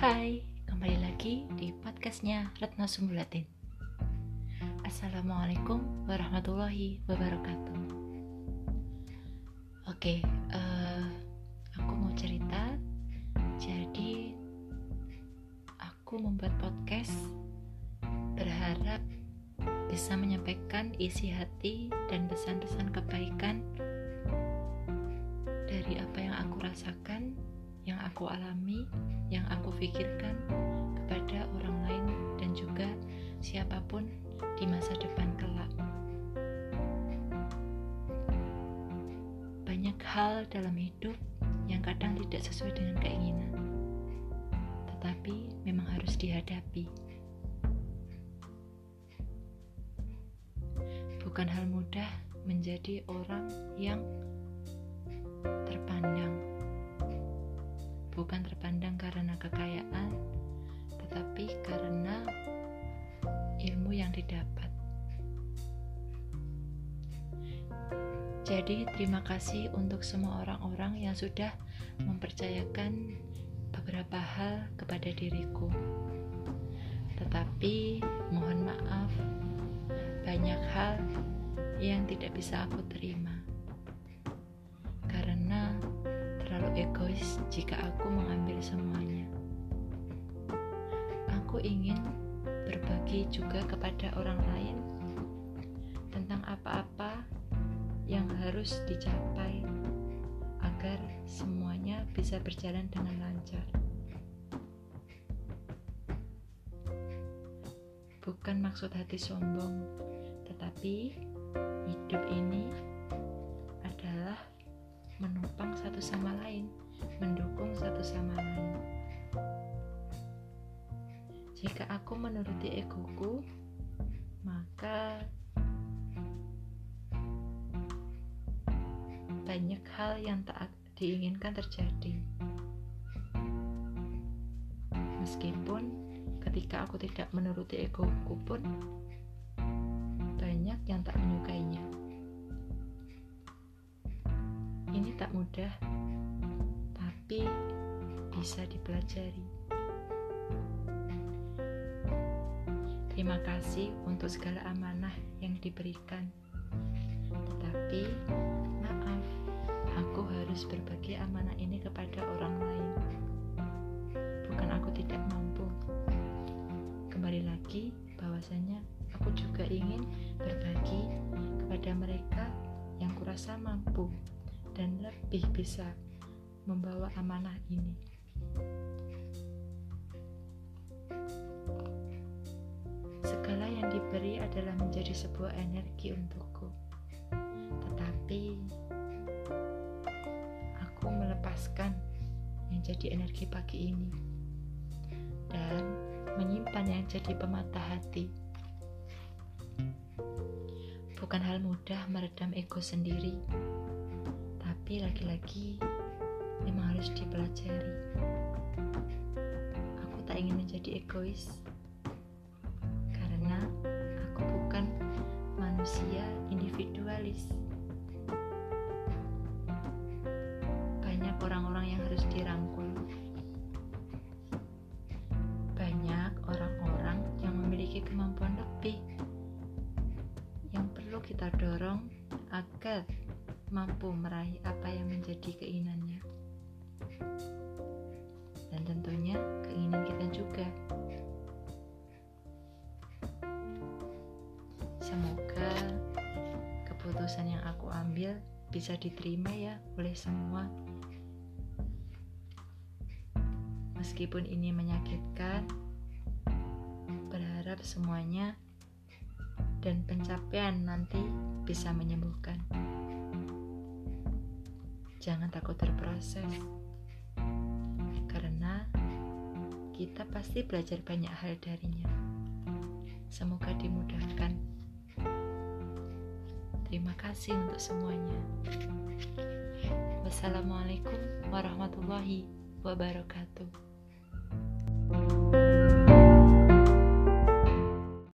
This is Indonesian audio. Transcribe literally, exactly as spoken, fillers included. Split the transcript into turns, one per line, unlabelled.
Hai, kembali lagi di podcastnya Retno Sumbulatin. Assalamualaikum warahmatullahi wabarakatuh. Oke, uh, aku mau cerita. Jadi, aku membuat podcast berharap bisa menyampaikan isi hati dan pesan-pesan kebaikan dari apa yang aku rasakan, yang aku alami, yang aku pikirkan kepada orang lain dan juga siapapun di masa depan kelak. Banyak hal dalam hidup yang kadang tidak sesuai dengan keinginan, tetapi memang harus dihadapi. Bukan hal mudah menjadi orang yang terpandang. Bukan terpandang karena kekayaan, tetapi karena ilmu yang didapat. Jadi terima kasih untuk semua orang-orang yang sudah mempercayakan beberapa hal kepada diriku. Tetapi mohon maaf, banyak hal yang tidak bisa aku terima. Karena terlalu egois jika aku mengambil semuanya. Aku ingin berbagi juga kepada orang lain tentang apa-apa yang harus dicapai agar semuanya bisa berjalan dengan lancar. Bukan maksud hati sombong, tetapi hidup ini adalah menopang satu sama lain, mendukung satu sama lain. Jika aku menuruti egoku, maka banyak hal yang tak diinginkan terjadi. Meskipun ketika aku tidak menuruti egoku pun banyak yang tak menyukainya. Ini tak mudah, tapi bisa dipelajari. Terima kasih untuk segala amanah yang diberikan. Tetapi, maaf, aku harus berbagi amanah ini kepada orang lain. Bukan aku tidak mampu. Kembali lagi, bahwasanya aku juga ingin berbagi kepada mereka yang kurasa mampu dan lebih bisa membawa amanah ini. Segala yang diberi adalah menjadi sebuah energi untukku. Tetapi aku melepaskan yang jadi energi pagi ini dan menyimpan yang jadi pematah hati. Bukan hal mudah meredam ego sendiri, tapi lagi-lagi memang harus dipelajari. Aku tak ingin menjadi egois karena aku bukan manusia individualis. Banyak orang-orang yang harus dirangkul. Banyak orang-orang yang memiliki kemampuan lebih yang perlu kita dorong agar mampu meraih apa yang menjadi keinginannya, dan tentunya keinginan kita juga. Semoga keputusan yang aku ambil bisa diterima ya oleh semua. Meskipun ini menyakitkan, berharap semuanya dan pencapaian nanti bisa menyembuhkan. Jangan takut berproses, karena kita pasti belajar banyak hal darinya. Semoga dimudahkan. Terima kasih untuk semuanya. Wassalamualaikum warahmatullahi wabarakatuh.